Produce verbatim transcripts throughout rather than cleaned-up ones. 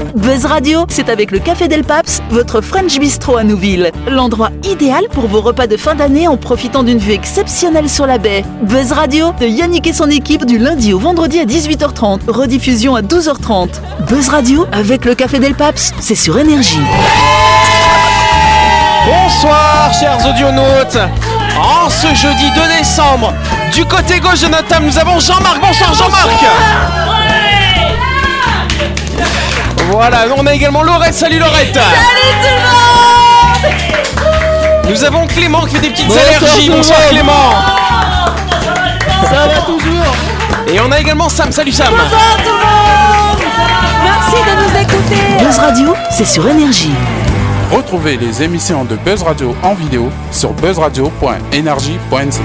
Buzz Radio, c'est avec le Café Del Paps, votre French Bistro à Nouville. L'endroit idéal pour vos repas de fin d'année en profitant d'une vue exceptionnelle sur la baie. Buzz Radio, de Yannick et son équipe du lundi au vendredi à dix-huit heures trente. Rediffusion à douze heures trente. Buzz Radio, avec le Café Del Paps, c'est sur Énergie. Bonsoir chers audionautes. En ce jeudi deux décembre, du côté gauche de notre table, nous avons Jean-Marc. Bonsoir Jean-Marc. Voilà, on a également Laurette. Salut Laurette. Salut tout le monde. Nous avons Clément qui fait des petites Bonsoir allergies. Bonsoir Clément. Ça va toujours. Et on a également Sam. Salut Sam. Bonsoir tout le monde. Merci de nous écouter. Buzz Radio, c'est sur Énergie. Retrouvez les émissions de Buzz Radio en vidéo sur buzz radio point energie point n c.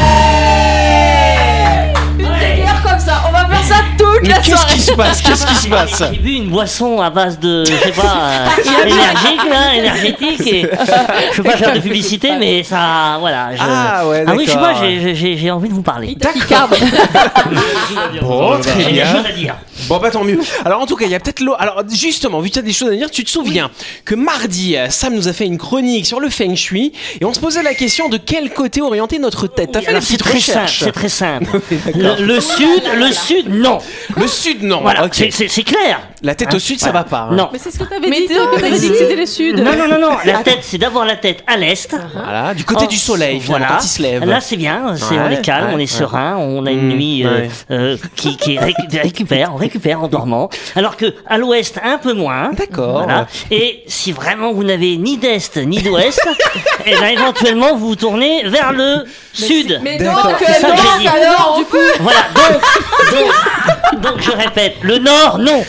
Une demi-heure comme ça, on va faire ça toute Mais la qu'est-ce soirée. qui se passe? Qu'est-ce qui se passe? J'ai bu une boisson à base de, je sais pas, euh, énergique, là, énergétique. Et je veux pas faire de publicité, mais ça, voilà. Je... Ah ouais, Ah oui, je sais d'accord. pas, j'ai, j'ai, j'ai envie de vous parler. D'accord. Bon, très J'ai des bien. choses à dire. Bon bah tant mieux. Alors en tout cas il y a peut-être l'eau. Alors justement vu que tu as des choses à dire, tu te souviens que mardi Sam nous a fait une chronique sur le Feng Shui et on se posait la question de quel côté orienter notre tête. T'as Oui, fait la alors, c'est petite très simple, recherche. c'est très simple. d'accord. le, le sud, le sud, non. Le sud non. Voilà, Ok. c'est, c'est, c'est clair. La tête Hein, au sud ça voilà. va pas. Hein. Non. Mais c'est ce que t'avais Mais dit. toi, t'avais dit que c'était le sud. Non, non, non, non. La tête, c'est d'avoir la tête à l'est. Voilà, du côté Oh, du soleil finalement voilà. quand il se lève. Là c'est bien, c'est, Ouais, on est calme, ouais, on est ouais. serein, on a une Mmh, nuit euh, ouais. euh, qui, qui ré- récupère, on récupère en dormant. Alors que à l'ouest un peu moins. D'accord. Voilà. Et si vraiment vous n'avez ni d'est ni d'ouest, et ben éventuellement vous vous tournez vers le sud. Mais D'accord. donc, C'est ça que j'ai dit. donc alors, du coup. Voilà. Donc, donc, donc je répète, le nord non.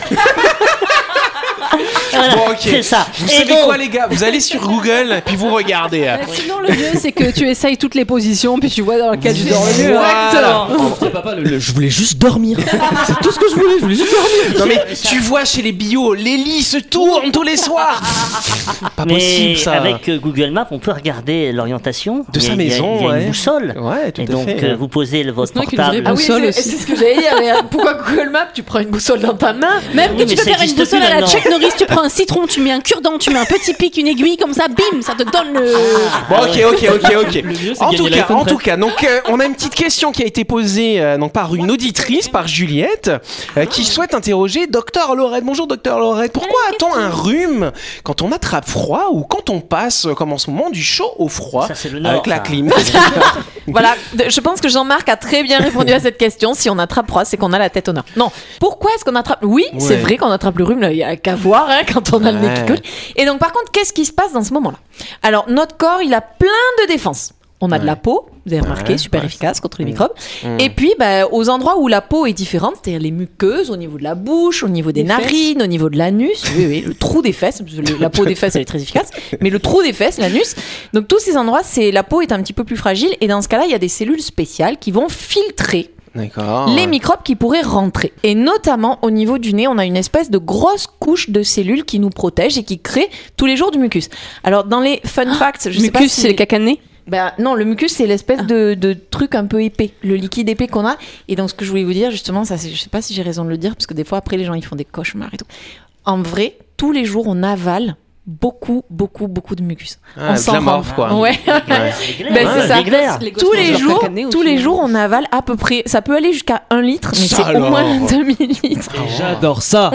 Voilà, Bon ok. c'est ça. Vous Et savez donc- quoi les gars? Vous allez sur Google puis vous regardez. Bah, sinon, le mieux, c'est que tu essayes toutes les positions, puis tu vois dans laquelle tu dors le mieux. Voilà. Oh, papa, le- le- je voulais juste dormir. C'est tout ce que je voulais. Je voulais juste dormir. Non mais tu vois chez les bio, les lits se tournent tous les soirs. Pas Mais possible ça. avec euh, Google Maps, on peut regarder l'orientation De Il y a- sa il y a- maison, Il y a ouais. une boussole. Ouais, tout Et à donc fait. euh, vous posez le- votre Sinon, avec une portable. vraie Ah oui, boussole c'est, aussi. c'est ce que j'allais dire. Mais pourquoi Google Maps, tu prends une boussole dans ta main? Même Oui, que mais tu peux ça faire une existe boussole plus à la maintenant. Chuck Norris, tu prends un citron, tu mets un cure-dent, tu mets un petit pic, une aiguille, comme ça, bim, ça te donne le. Bon, ok, ok, ok, ok. Le mieux, c'est En de tout gagner cas, l'iPhone en treize. tout cas, donc euh, on a une petite question qui a été posée euh, donc par une auditrice, par Juliette, euh, qui souhaite interroger Docteur Laurette. Bonjour Docteur Laurette. Pourquoi a-t-on un rhume quand on attrape froid ou quand on passe, euh, comme en ce moment, du chaud au froid Ça, c'est le nord, avec la ça. clim? Voilà, de- je pense que Jean-Marc a très bien répondu à cette question. Si on attrape froid, c'est qu'on a la tête au nord. Non. Pourquoi est-ce qu'on attrape? Oui, Ouais. c'est vrai qu'on attrape le rhume, là, il y a qu'à voir hein, quand on a le nez qui Ouais. coule. Et donc, par contre, qu'est-ce qui se passe dans ce moment-là? Alors, notre corps, il a plein de défenses. On a de la peau, vous avez remarqué, Ouais, super ouais. efficace contre les microbes. Mmh. Et puis, bah, aux endroits où la peau est différente, c'est-à-dire les muqueuses, au niveau de la bouche, au niveau des Les narines, au niveau de l'anus, oui, oui, le trou des fesses, parce que le- la peau des fesses, elle est très efficace, mais le trou des fesses, l'anus. Donc, tous ces endroits, c'est la peau est un petit peu plus fragile, et dans ce cas-là, il y a des cellules spéciales qui vont filtrer D'accord. les microbes qui pourraient rentrer. Et notamment au niveau du nez, on a une espèce de grosse couche de cellules qui nous protègent et qui créent tous les jours du mucus. Alors dans les fun facts, je sais pas Mucus, si... c'est le caca de nez. Ben, non, le mucus c'est l'espèce de, de truc un peu épais, le liquide épais qu'on a. Et donc ce que je voulais vous dire justement, ça, c'est- je sais pas si j'ai raison de le dire parce que des fois après les gens ils font des cauchemars et tout. En vrai, tous les jours on avale beaucoup, beaucoup, beaucoup de mucus. Ah, on de s'en la rend. morphe, quoi. Ouais. Ouais. Ben, c'est ça. Des glaires. Tous les leur jours, caca de nez tous aussi, les hein. jours, on avale à peu près. Ça peut aller jusqu'à un litre, mais Ça c'est au alors. moins deux millilitres. J'adore ça.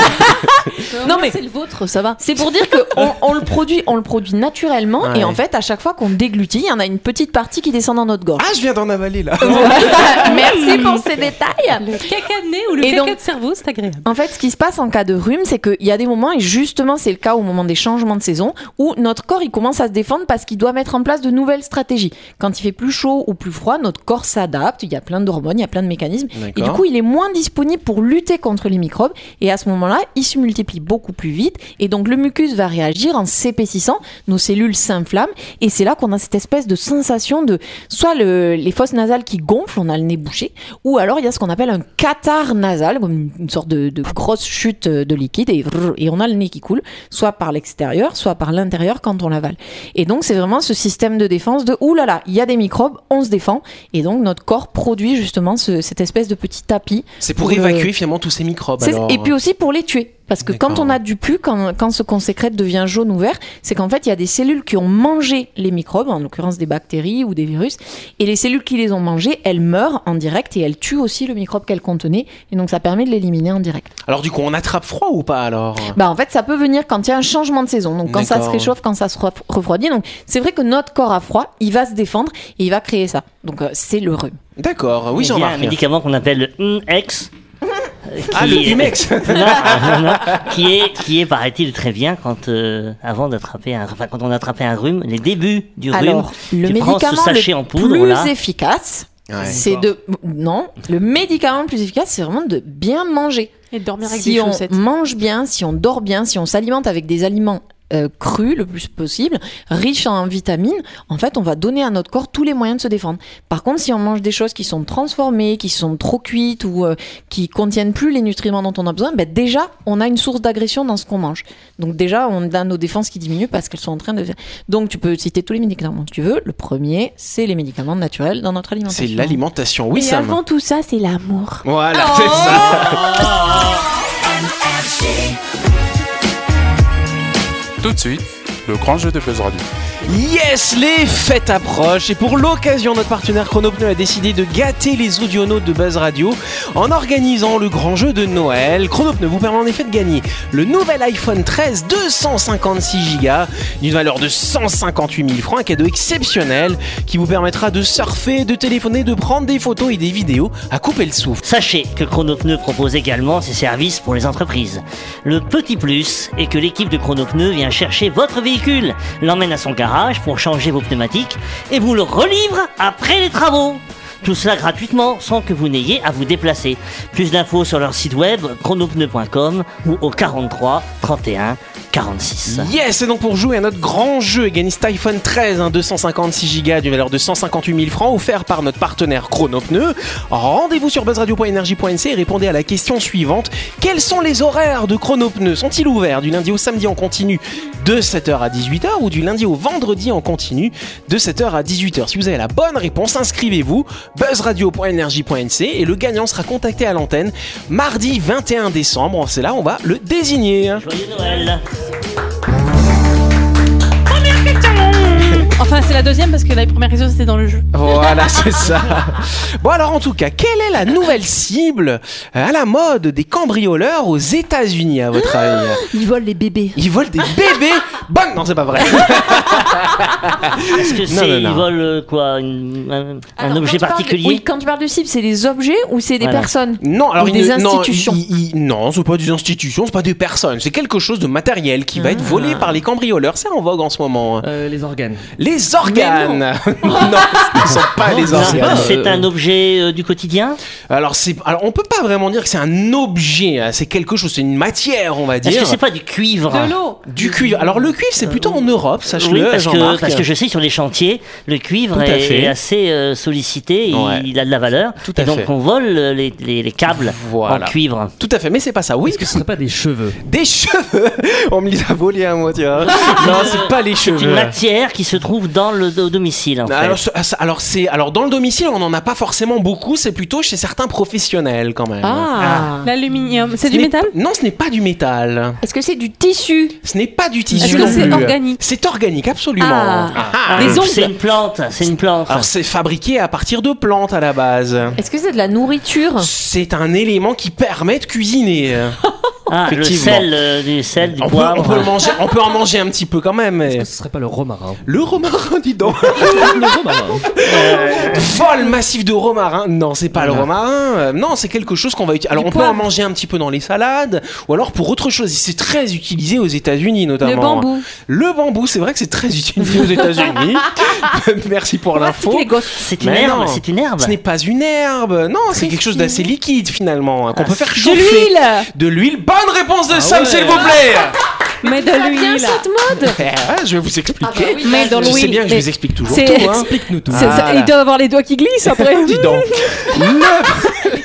Non, mais- c'est le vôtre, ça va. C'est pour dire que on, on le produit, on le produit naturellement, Ouais. et en fait, à chaque fois qu'on déglutit, il y en a une petite partie qui descend dans notre gorge. Ah, je viens d'en avaler là. Merci pour ces détails. Le caca de nez ou le Et caca donc- de cerveau, c'est agréable. En fait, ce qui se passe en cas de rhume, c'est qu'il y a des moments, et justement, c'est le cas au moment des changements de saison, où notre corps, il commence à se défendre parce qu'il doit mettre en place de nouvelles stratégies. Quand il fait plus chaud ou plus froid, notre corps s'adapte, il y a plein d'hormones, il y a plein de mécanismes, et du D'accord. coup, il est moins disponible pour lutter contre les microbes, et à ce moment-là, il se multiplie beaucoup plus vite, et donc le mucus va réagir en s'épaississant, nos cellules s'inflamment, et c'est là qu'on a cette espèce de sensation de soit le- les fosses nasales qui gonflent, on a le nez bouché, ou alors il y a ce qu'on appelle un catarrhe nasal, comme une, une sorte de, de grosse chute de liquide, et, vrr, et on a le nez qui coule, soit par l'extérieur, soit par l'intérieur quand on l'avale. Et donc c'est vraiment ce système de défense de ouh là là, il y a des microbes, on se défend, et donc notre corps produit justement ce- cette espèce de petit tapis. C'est pour Pour le- évacuer finalement tous ces microbes. C'est- alors. Et puis aussi pour les tuer. Parce que D'accord. quand on a du pus, quand, quand ce qu'on sécrète devient jaune ou vert, c'est qu'en fait, il y a des cellules qui ont mangé les microbes, en l'occurrence des bactéries ou des virus, et les cellules qui les ont mangés, elles meurent en direct et elles tuent aussi le microbe qu'elles contenaient, et donc ça permet de l'éliminer en direct. Alors du coup, on attrape froid ou pas alors? Bah en fait, ça peut venir quand il y a un changement de saison, donc quand ça se D'accord. réchauffe, quand ça se ref- refroidit. Donc c'est vrai que notre corps a froid, il va se défendre et il va créer ça. Donc euh, c'est le rhume. D'accord, oui Il y a un Jean-Marc. médicament qu'on appelle le Humex. Ah, le Humex. non, non, non, qui est, qui est, paraît-il, très bien quand, euh, avant d'attraper un, enfin, quand on attrapait un rhume, les débuts du rhume. Alors le tu prends ce médicament sachet le en poudre, plus là. efficace, Ouais. c'est de non, le médicament le plus efficace, c'est vraiment de bien manger. Et de dormir avec Si des on chaussettes. mange bien, si on dort bien, si on s'alimente avec des aliments euh, crus le plus possible, riches en vitamines, en fait, on va donner à notre corps tous les moyens de se défendre. Par contre, si on mange des choses qui sont transformées, qui sont trop cuites ou euh, qui contiennent plus les nutriments dont on a besoin, ben déjà, on a une source d'agression dans ce qu'on mange. Donc déjà, on a nos défenses qui diminuent parce qu'elles sont en train de... Donc tu peux citer tous les médicaments que tu veux. Le premier, c'est les médicaments naturels dans notre alimentation. C'est l'alimentation, oui Et Sam. avant tout ça, c'est l'amour. Voilà, c'est ça. Tout de suite, le grand jeu de Buzz Radio. Yes, les fêtes approchent et pour l'occasion, notre partenaire Chronopneu a décidé de gâter les audionautes de Buzz Radio en organisant le grand jeu de Noël. Chronopneu vous permet en effet de gagner le nouvel iPhone treize deux cent cinquante-six giga d'une valeur de cent cinquante-huit mille francs, un cadeau exceptionnel qui vous permettra de surfer, de téléphoner, de prendre des photos et des vidéos à couper le souffle. Sachez que Chronopneu propose également ses services pour les entreprises. Le petit plus est que l'équipe de Chronopneu vient chercher votre véhicule, l'emmène à son garage pour changer vos pneumatiques et vous le relivre après les travaux. Tout cela gratuitement sans que vous n'ayez à vous déplacer. Plus d'infos sur leur site web chronopneu point com ou au quarante-trois trente et un quarante-six. Yes, et donc pour jouer à notre grand jeu et gagner cet iPhone treize, hein, deux cent cinquante-six giga d'une valeur de cent cinquante-huit mille francs offert par notre partenaire Chronopneu, rendez-vous sur buzzradio point énergie point n c et répondez à la question suivante. Quels sont les horaires de Chronopneu? Sont-ils ouverts du lundi au samedi en continu de sept heures à dix-huit heures ou du lundi au vendredi en continu de sept heures à dix-huit heures? Si vous avez la bonne réponse, inscrivez-vous buzzradio point énergie point n c et le gagnant sera contacté à l'antenne mardi vingt et un décembre. C'est là on va le désigner. Joyeux Noël. Enfin, c'est la deuxième parce que la première question c'était dans le jeu. Voilà, c'est ça. Bon alors en tout cas, quelle est la nouvelle cible à la mode des cambrioleurs aux États-Unis à votre avis? Ils volent les bébés. Ils volent des bébés. Bonne, non c'est pas vrai. Est-ce que Non, c'est, non, ils non. volent euh, quoi, une- un, un Alors, objet quand tu parles de- particulier? Oui, quand tu parles de cible, c'est des objets ou c'est des Voilà. personnes? Non, alors Ou ils des ne- non, institutions. ils- ils- non, c'est pas des institutions, c'est pas des personnes, c'est quelque chose de matériel qui va être volé par les cambrioleurs. C'est en vogue en ce moment. Euh, les organes. Les organes. Non, ce ne sont pas les Non, organes. c'est un objet euh, du quotidien? Alors c'est, alors on peut pas vraiment dire que c'est un objet. hein, C'est quelque chose, c'est une matière, on va dire. Est-ce que c'est pas du cuivre? De l'eau. Du cuivre. Alors le cuivre, c'est plutôt en Europe, sache-le, Oui, parce que, Jean-Marc. parce que je sais que sur les chantiers, le cuivre Tout à est, fait. est assez euh, sollicité, il, Ouais. il a de la valeur, Tout à et donc fait. on vole euh, les, les, les câbles Voilà. en cuivre. Tout à fait, mais c'est pas ça. Oui, Est-ce que ce serait pas des cheveux? des cheveux. On me les a volés à moi, tiens. Non, c'est pas les C'est une cheveux. matière qui se trouve dans le do- domicile, en fait. Alors, ce- alors c'est alors dans le domicile, on n'en a pas forcément beaucoup. C'est plutôt chez certains professionnels quand même. Ah. L'aluminium, c'est Ce du n'est métal? pas- Non, ce n'est pas du métal. Est-ce que c'est du tissu? Ce n'est pas du tissu Est-ce que non c'est plus. organique? C'est organique, absolument. Ah. Ah, les ongles. c'est une plante, c'est une plante. Alors c'est fabriqué à partir de plantes à la base. Est-ce que c'est de la nourriture? C'est un élément qui permet de cuisiner. Ah, le effectivement. sel, euh, du sel, du On peut, poivre. on peut le manger, on peut en manger un petit peu quand même. mais- Est-ce que ce serait pas le romarin? Le romarin, dis donc. Le romarin. Vol massif de romarin. Non, c'est pas le romarin. Euh, Non, c'est quelque chose qu'on va utiliser. Alors, Du on peut en poivre. manger un petit peu dans les salades, ou alors pour autre chose. C'est très utilisé aux États-Unis, notamment. Le bambou. Le bambou, c'est vrai que c'est très utilisé aux États-Unis. Merci pour l'info. Les gosses. C'est une Mais herbe, non. c'est une herbe. Ce n'est pas une herbe. Non, c'est quelque chose d'assez liquide finalement, hein, qu'on peut faire De chauffer. l'huile. De l'huile. Bonne réponse de Sam, ouais. s'il vous plaît. Mais de Bien l'huile. cette mode. Eh, ouais, je vais vous expliquer. Mais dans Je sais l'huile. bien que je Mais vous explique toujours c'est- tout. Hein. Explique-nous tout. c'est- Ah, ça- là. il doit avoir les doigts qui glissent après. Dis donc. Le-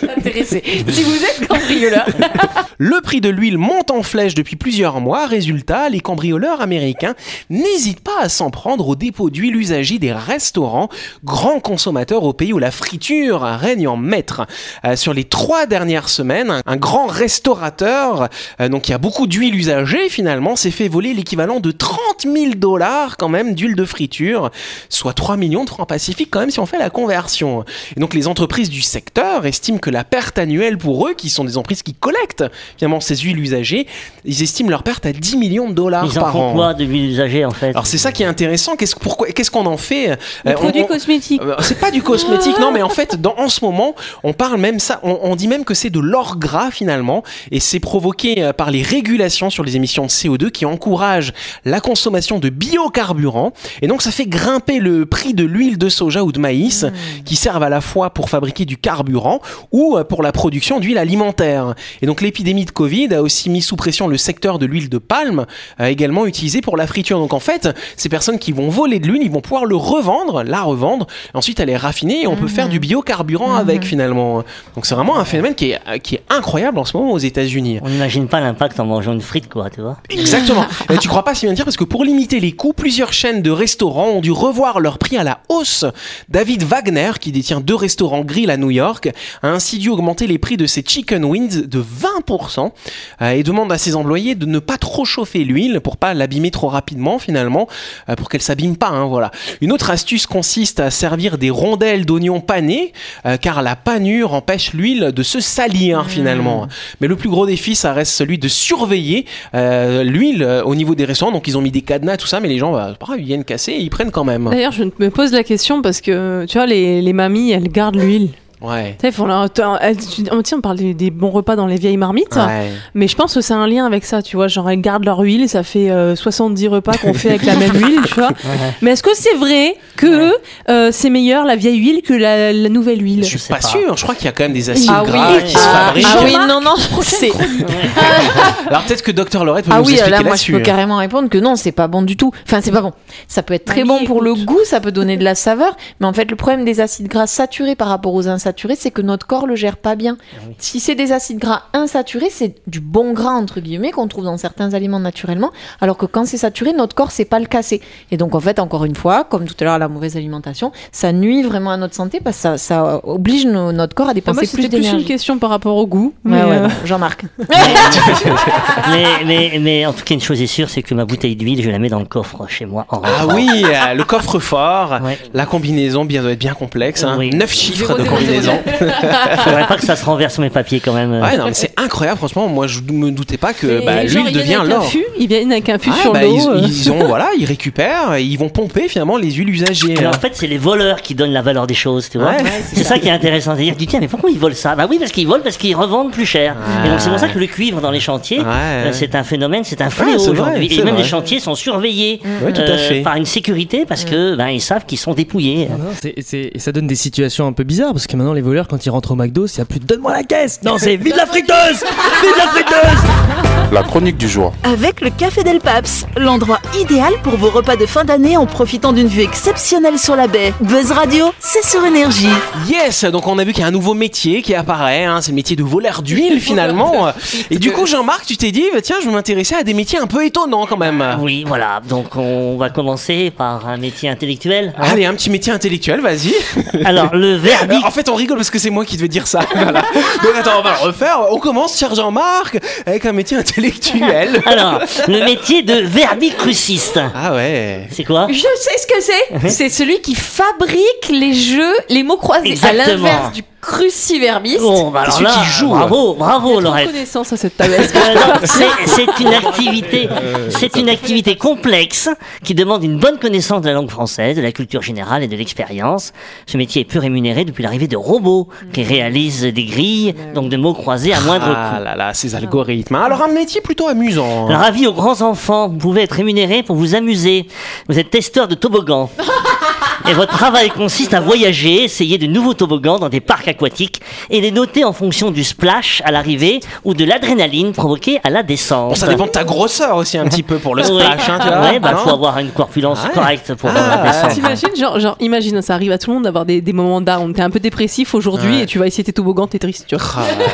intéressé. Si vous êtes cambrioleur. Le prix de l'huile monte en flèche depuis plusieurs mois. Résultat, les cambrioleurs américains n'hésitent pas à s'en prendre aux dépôts d'huile usagée des restaurants, grands consommateurs au pays où la friture règne en maître. Euh, sur les trois dernières semaines, un, un grand restaurateur, euh, donc qui a beaucoup d'huile usagée finalement, s'est fait voler l'équivalent de trente mille dollars quand même d'huile de friture, soit trois millions de francs pacifiques quand même si on fait la conversion. Et donc les entreprises du secteur estiment que la perte annuelle pour eux, qui sont des entreprises qui collectent finalement ces huiles usagées, ils estiment leur perte à dix millions de dollars Ils en par font an. quoi de l'huile usagée en fait? Alors c'est ça qui est intéressant. Qu'est-ce, pourquoi, qu'est-ce qu'on en fait? Des Euh, produits on- on- cosmétiques. euh, C'est pas du cosmétique, non, mais en fait, dans, en ce moment, on parle même ça, on, on dit même que c'est de l'or gras finalement, et c'est provoqué euh, par les régulations sur les émissions de C O deux qui encouragent la consommation de biocarburants, et donc ça fait grimper le prix de l'huile de soja ou de maïs, mmh. qui servent à la fois pour fabriquer du carburant ou euh, pour la production d'huile alimentaire. Et donc l'épidémie de Covid a aussi mis sous pression le secteur de l'huile de palme, euh, également utilisée pour la friture. Donc en fait, ces personnes qui vont voler de l'huile, ils vont pouvoir le revendre, la revendre, ensuite elle est raffinée et on mmh. peut faire du biocarburant mmh. avec finalement. Donc c'est vraiment un phénomène qui est, qui est incroyable en ce moment aux États-Unis. On n'imagine pas l'impact en mangeant une frite, quoi, tu vois. Exactement. Et tu crois pas si bien dire, parce que pour limiter les coûts, plusieurs chaînes de restaurants ont dû revoir leur prix à la hausse. David Wagner, qui détient deux restaurants grill à New York, a ainsi dû augmenter les prix de ses chicken wings de vingt pour cent euh, et demande à ses employés de ne pas trop chauffer l'huile pour pas l'abîmer trop rapidement finalement, euh, pour qu'elle s'abîme pas. Hein, voilà. Une autre astuce consiste à servir des rondelles d'oignons panés, euh, car la panure empêche l'huile de se salir mmh. finalement. Mais le plus gros défi, ça reste celui de surveiller euh, l'huile euh, au niveau des restaurants. Donc ils ont mis des cadenas, tout ça, mais les gens, bah, pareil, ils viennent casser et ils prennent quand même. D'ailleurs, je me pose la question parce que tu vois, les, les mamies, elles gardent l'huile. Ouais. Tu sais, font leur- elles- tu- oh, tiens, on parle des, des bons repas dans les vieilles marmites, Ouais. mais je pense que c'est un lien avec ça, tu vois. Genre, elles gardent leur huile, ça fait euh, soixante-dix repas qu'on fait avec la même huile, tu vois. Mais est-ce que c'est vrai que euh, c'est meilleur la vieille huile que la, la nouvelle huile? Je suis sais pas, pas. sûr. Je crois qu'il y a quand même des acides Ah oui. gras qui se Ah, fabriquent. ah oui, non, non, c'est... Alors peut-être que Docteur Laurette peut Ah nous oui, expliquer là, moi, je là-dessus. peux carrément répondre que non, c'est pas bon du tout. Enfin, c'est pas bon. Ça peut être très Mamie, bon pour écoute. le goût, ça peut donner de la saveur, mais en fait, le problème des acides gras saturés par rapport aux insaturés, c'est que notre corps le gère pas bien. oui. Si c'est des acides gras insaturés, c'est du bon gras, entre guillemets, qu'on trouve dans certains aliments naturellement, alors que quand c'est saturé, notre corps sait pas le casser. Et donc, en fait, encore une fois, comme tout à l'heure, la mauvaise alimentation, ça nuit vraiment à notre santé parce que ça, ça oblige nos- notre corps à Ah, dépenser moi, plus c'était plus d'énergie. une question par rapport au goût. Ouais, mais, ouais, euh, non, Jean-Marc. mais, mais, mais en tout cas, une chose est sûre, c'est que ma bouteille d'huile, je la mets dans le coffre chez moi. En Ah rentrant. oui, euh, le coffre-fort, Ouais. la combinaison bien, doit être bien complexe. Hein. Oui. Neuf chiffres Zéro, de zéro, combinaison. Faudrait pas que ça se renverse sur mes papiers quand même. Ouais, non, mais c'est incroyable, franchement. Moi, je me doutais pas que mais bah, genre, l'huile ils viennent devient avec un l'or. fût, Ils viennent avec un fût Ah, sur bah, le dos. ils, euh. ils ont, voilà, ils récupèrent, et ils vont pomper finalement les huiles usagées. Mais en fait, c'est les voleurs qui donnent la valeur des choses, tu vois. Ouais. Ouais, c'est ça. qui est intéressant. C'est-à-dire, tu dis, tiens, mais pourquoi ils volent ça? Bah oui, parce qu'ils volent, parce qu'ils revendent plus cher. Ouais. Et donc, c'est pour ça que le cuivre dans les chantiers, Ouais. euh, c'est un phénomène, c'est un fléau Ouais, c'est vrai, aujourd'hui. c'est Et même vrai. les chantiers sont surveillés Ouais, tout à fait. par une sécurité parce que ben, ils savent qu'ils sont dépouillés. Non, c'est- c'est- et ça donne des situations un peu bizarres parce que maintenant les voleurs quand ils rentrent au McDo, il y a plus de donne-moi la caisse. Non, c'est vide la friteuse, vide la friteuse. La chronique du jour. Avec le Café Del Paps, l'endroit idéal pour vos repas de fin d'année en profitant d'une vue exceptionnelle sur la baie. Buzz Radio, c'est sur Énergie. Yes, donc on a vu qu'il y a un nouveau métier qui apparaît, hein, c'est le métier de voleur d'huile finalement. Et du coup, Jean-Marc, tu t'es dit, bah, tiens, je vais m'intéresser à des métiers un peu étonnants quand même. Oui, voilà. Donc on va commencer par un métier intellectuel. hein. Allez, un petit métier intellectuel, vas-y. Alors le verbic. Euh, en fait, on rigole parce que c'est moi qui devais dire ça. Voilà. Donc attends, on va le refaire. On commence, cher Jean-Marc, avec un métier intellectuel. Alors le métier de verbicruciste. Ah ouais. C'est quoi? Je sais ce que c'est. C'est celui qui fabrique les jeux, les mots croisés. Exactement. À l'inverse du cruciverbiste. Bon, bah alors celui là, qui joue. bravo, bravo Trop Laurette. connaissance à cette tablette. Euh, non, c'est, c'est une activité, c'est une activité complexe qui demande une bonne connaissance de la langue française, de la culture générale et de l'expérience. Ce métier est peu rémunéré depuis l'arrivée de robots qui réalisent des grilles, donc de mots croisés à moindre Ah coût. là là, ces algorithmes. Alors un métier plutôt amusant. Alors, avis aux grands enfants, vous pouvez être rémunéré pour vous amuser. Vous êtes testeur de toboggan. Et votre travail consiste à voyager, essayer de nouveaux toboggans dans des parcs aquatiques et les noter en fonction du splash à l'arrivée ou de l'adrénaline provoquée à la descente. Bon, ça dépend de ta grosseur aussi un petit peu pour le splash, hein, tu vois. Ouais, bah non faut avoir une corpulence Ah ouais. correcte pour Ah, la descente. T'imagines, genre, genre, imagine, ça arrive à tout le monde d'avoir des, des moments down. T'es un peu dépressif aujourd'hui Ouais. et tu vas essayer tes toboggans, t'es triste, tu vois.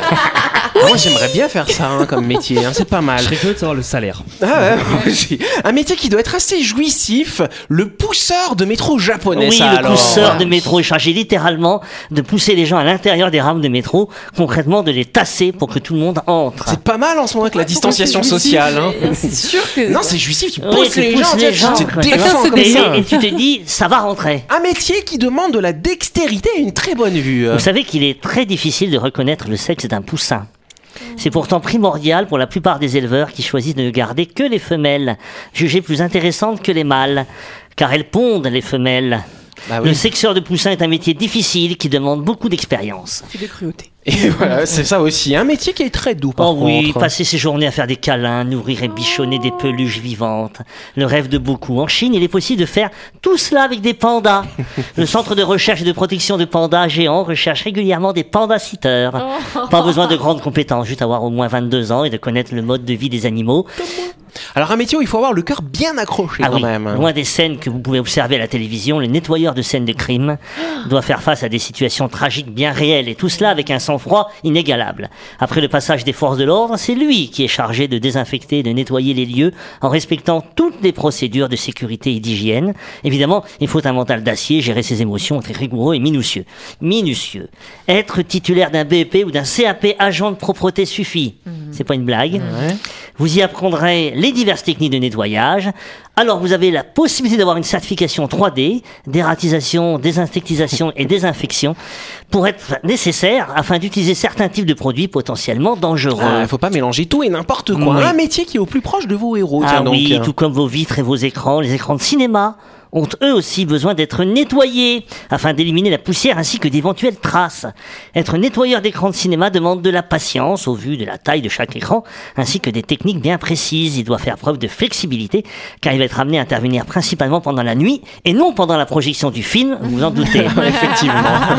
Ah, moi j'aimerais bien faire ça hein, comme métier, hein, c'est pas mal. Je serais curieux de savoir le salaire. Ah ouais, moi aussi. Un métier qui doit être assez jouissif, le pousseur de métro japonais. Oui, ça, le alors. pousseur de métro est chargé littéralement de pousser les gens à l'intérieur des rames de métro, concrètement de les tasser pour que tout le monde entre. C'est pas mal en ce moment avec la distanciation sociale. Hein. C'est sûr que. Non, c'est jouissif, tu Oui, pousses tu les pousses gens, les tu gens, te quoi. défends C'est comme Et, ça. et tu te dis, ça va rentrer. Un métier qui demande de la dextérité et une très bonne vue. Vous savez qu'il est très difficile de reconnaître le sexe d'un poussin. C'est pourtant primordial pour la plupart des éleveurs qui choisissent de ne garder que les femelles, jugées plus intéressantes que les mâles, car elles pondent les femelles. Bah oui. Le sexeur de poussins est un métier difficile qui demande beaucoup d'expérience. C'est de cruauté. Et voilà, c'est ça aussi. Un métier qui est très doux par Oh oui, contre. passer ses journées à faire des câlins, nourrir et bichonner des peluches vivantes. Le rêve de beaucoup. En Chine, il est possible de faire tout cela avec des pandas. Le centre de recherche et de protection de pandas géants recherche régulièrement des pandas-sitters. Pas besoin de grandes compétences, juste avoir au moins vingt-deux ans et de connaître le mode de vie des animaux. Alors un métier où il faut avoir le cœur bien accroché Ah quand oui, même. loin des scènes que vous pouvez observer à la télévision, le nettoyeur de scènes de crime doit faire face à des situations tragiques bien réelles, et tout cela avec un sang-froid inégalable. Après le passage des forces de l'ordre, c'est lui qui est chargé de désinfecter et de nettoyer les lieux en respectant toutes les procédures de sécurité et d'hygiène. Évidemment, il faut un mental d'acier, gérer ses émotions, être rigoureux et minutieux. Minutieux. Être titulaire d'un B E P ou d'un C A P agent de propreté suffit. C'est pas une blague. Ouais. Vous y apprendrez les diverses techniques de nettoyage. Alors, vous avez la possibilité d'avoir une certification trois D, dératisation, désinsectisation et désinfection, pour être nécessaire afin d'utiliser certains types de produits potentiellement dangereux. Il faut pas mélanger tout et n'importe quoi. Oui. Un métier qui est au plus proche de vos héros. Ah tiens donc. oui, tout comme vos vitres et vos écrans, les écrans de cinéma ont eux aussi besoin d'être nettoyés afin d'éliminer la poussière ainsi que d'éventuelles traces. Être nettoyeur d'écran de cinéma demande de la patience au vu de la taille de chaque écran ainsi que des techniques bien précises. Il doit faire preuve de flexibilité car il va être amené à intervenir principalement pendant la nuit et non pendant la projection du film, vous vous en doutez. Effectivement.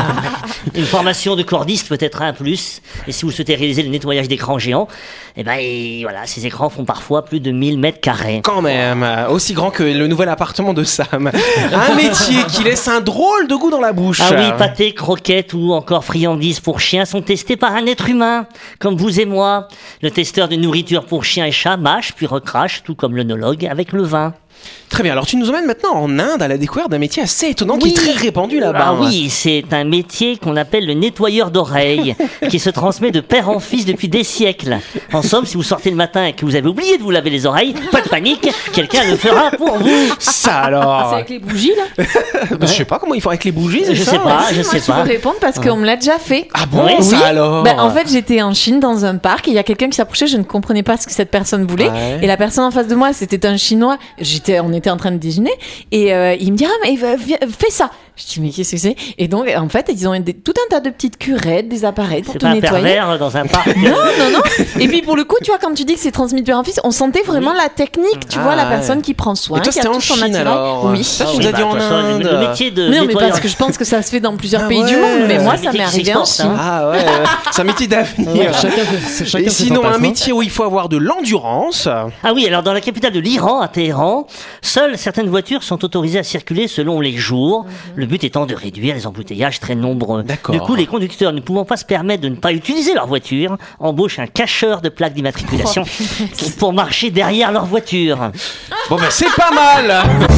Une formation de cordiste peut être un plus, et si vous souhaitez réaliser le nettoyage d'écrans géants, eh ben et voilà, ces écrans font parfois plus de mille mètres carrés. Quand même, euh, aussi grand que le nouvel appartement de Sam. Un métier qui laisse un drôle de goût dans la bouche. Ah oui, pâté, croquettes ou encore friandises pour chiens sont testés par un être humain, comme vous et moi. Le testeur de nourriture pour chiens et chats mâche puis recrache, tout comme l'œnologue avec le vin. Très bien, alors tu nous emmènes maintenant en Inde à la découverte d'un métier assez étonnant Oui. qui est très répandu là-bas. Ah oui, c'est un métier qu'on appelle le nettoyeur d'oreilles, qui se transmet de père en fils depuis des siècles. En somme, si vous sortez le matin et que vous avez oublié de vous laver les oreilles, pas de panique, quelqu'un le fera pour vous. Ça C'est alors. avec les bougies là. Je sais pas comment ils font avec les bougies, c'est Je ça sais pas, je Moi, sais je peux pas. répondre parce qu'on me l'a déjà fait. Ah bon, Oui. ça Oui. alors. Ben, en fait, j'étais en Chine dans un parc et il y a quelqu'un qui s'approchait, je ne comprenais pas ce que cette personne voulait. Ouais. Et la personne en face de moi, c'était un Chinois. J'étais, on était en train de déjeuner et euh, il me dit ah mais va- viens, fais ça. Je dis mais qu'est-ce que c'est? Et donc en fait, ils ont des- tout un tas de petites curettes, des appareils pour C'est tout pas un nettoyer. pervers dans un parc. Non, non, non. Et puis pour le coup, tu vois, quand tu dis que c'est transmis de père en fils, on sentait vraiment la technique, tu Ah, vois, la ouais. personne qui prend soin, Et toi, qui a c'était tout en son Chine, naturel. alors Oui. Ça, tu Ah nous oui, as dit bah, en de toute façon, Inde. Le métier de Mais non, mais nettoyeur. parce que je pense que ça se fait dans plusieurs Ah pays du ouais. monde. Mais C'est moi, un ça métier m'est qui arrivé en s'exporte, Chine. Ah ouais, ouais. c'est un métier d'avenir. Chacun fait, chacun Et fait son sinon, un placement. métier où il faut avoir de l'endurance. Ah oui, alors dans la capitale de l'Iran, à Téhéran, seules certaines voitures sont autorisées à circuler selon les jours, le but étant de réduire les embouteillages très nombreux. D'accord. Du coup, les conducteurs ne pouvant pas se permettre de ne pas utiliser leur voiture, embauchent un cacheur de plaques d'immatriculation pour marcher derrière leur voiture. Bon ben c'est pas mal.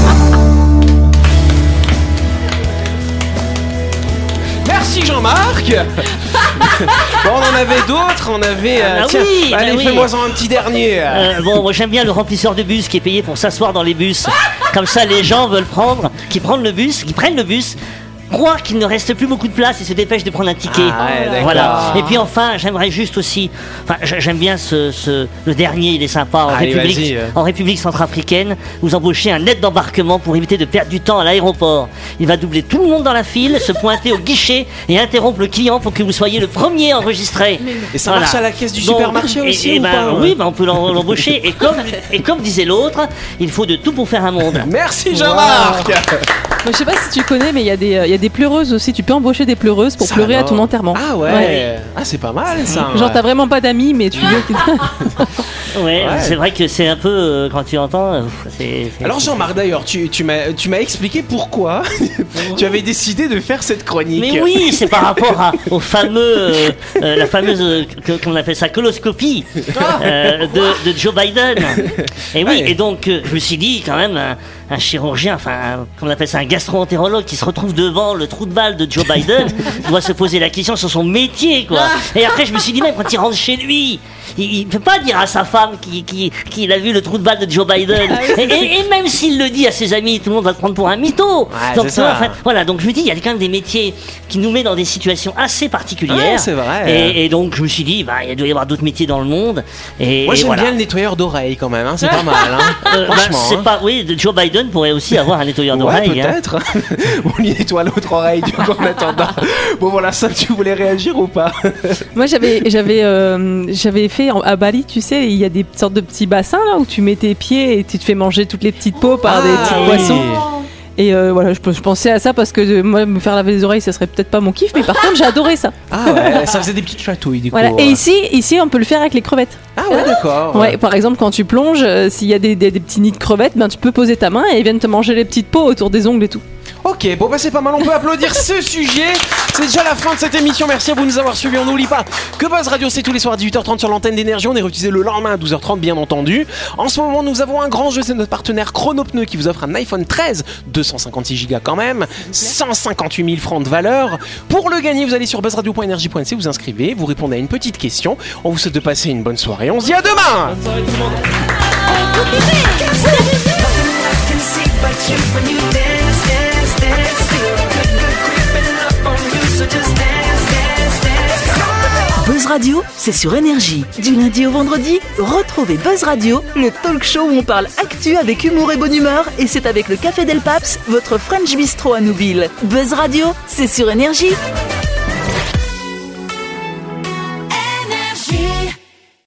Merci Jean-Marc. Bon, on en avait d'autres, on avait... euh, Ah bah tiens, oui, bah allez, oui. fais-moi-en un petit dernier. Euh, bon, moi j'aime bien le remplisseur de bus qui est payé pour s'asseoir dans les bus. Comme ça, les gens veulent prendre, qui prennent le bus, qui prennent le bus, croient qu'il ne reste plus beaucoup de place et se dépêchent de prendre un ticket. Ah ouais, d'accord. Voilà. Et puis enfin, j'aimerais juste aussi, enfin, j- j'aime bien ce, ce, le dernier, il est sympa en Allez, République, vas-y, euh. en République centrafricaine. Vous embauchez un aide d'embarquement pour éviter de perdre du temps à l'aéroport. Il va doubler tout le monde dans la file, se pointer au guichet et interrompre le client pour que vous soyez le premier enregistré. Et ça Voilà. marche à la caisse du Donc, supermarché et- aussi et ou ben, pas Oui, ben, on peut l'em- l'embaucher. Et comme, et comme disait l'autre, il faut de tout pour faire un monde. Merci Jean-Marc. Moi, je sais pas si tu connais, mais il y, a des- il y a des pleureuses aussi. Tu peux embaucher des pleureuses pour Ça pleurer à alors. ton enterrement. Ah ouais. Ouais. Ah, c'est pas mal ça. Genre, t'as vraiment pas d'amis, mais tu veux que. Ouais, Ouais. c'est vrai que c'est un peu euh, quand tu entends. euh, c'est, c'est- Alors Jean-Marc d'ailleurs, tu, tu m'as tu m'as expliqué pourquoi tu avais décidé de faire cette chronique. Mais oui, c'est par rapport à, au fameux, euh, euh, la fameuse, euh, que- comment on appelle ça, coloscopie euh, de, de Joe Biden. Et oui, Ouais. et donc euh, je me suis dit quand même un, un chirurgien, enfin, un- comment on appelle ça, un gastro-entérologue qui se retrouve devant le trou de balle de Joe Biden doit se poser la question sur son métier, quoi. Et après je me suis dit même quand il rentre chez lui. Il, il peut pas dire à sa femme qu'il qui, qu'il a vu le trou de balle de Joe Biden. Et, et- et même s'il le dit à ses amis, tout le monde va le prendre pour un mytho. Ouais, donc, c'est tu vois, ça. en fait, voilà, donc je me dis, il y a quand même des métiers qui nous mettent dans des situations assez particulières. Ouais, c'est vrai. Et, et donc je me suis dit, bah, il doit y avoir d'autres métiers dans le monde. Et, Moi et j'aime voilà. bien le nettoyeur d'oreilles quand même, hein, c'est pas mal. Hein. Euh, bah, Franchement. c'est hein. pas, oui, de Joe Biden pourrait aussi avoir un nettoyeur Ouais, d'oreilles. hein. peut-être. On lui nettoie l'autre oreille du coup en attendant. Bon voilà, ça tu voulais réagir ou pas? Moi, j'avais, j'avais, euh, j'avais fait en- à Bali, tu sais, il y a des sortes de petits bassins là où tu mets tes pieds et tu te fais manger toutes les petites peaux par des petits oui. poissons. Et euh, voilà, je, je pensais à ça parce que euh, moi, me faire laver les oreilles, ça serait peut-être pas mon kiff, mais par contre, j'ai adoré ça. Ah ouais, ça faisait des petites chatouilles du Voilà. coup. Et ici, ici, on peut le faire avec les crevettes. Ah ouais, d'accord. Ouais, par exemple, quand tu plonges, euh, s'il y a des, des- des petits nids de crevettes, ben, tu peux poser ta main et ils viennent te manger les petites peaux autour des ongles et tout. Ok, bon bah c'est pas mal, on peut applaudir ce sujet. C'est déjà la fin de cette émission, merci à vous de nous avoir suivis. On n'oublie pas que Buzz Radio c'est tous les soirs à dix-huit heures trente sur l'antenne d'Énergie. On est rediffusé le lendemain à douze heures trente bien entendu. En ce moment nous avons un grand jeu, c'est notre partenaire Chronopneu qui vous offre un iPhone treize, deux cent cinquante-six gigas quand même, cent cinquante-huit mille francs de valeur. Pour le gagner vous allez sur buzzradio point énergie point c, vous inscrivez, vous répondez à une petite question. On vous souhaite de passer une bonne soirée, on se dit à demain. Buzz Radio, c'est sur Énergie. Du lundi au vendredi, retrouvez Buzz Radio, le talk show où on parle actu avec humour et bonne humeur, et c'est avec le Café Del Paps, votre French Bistro à Nouville. Buzz Radio, c'est sur Énergie.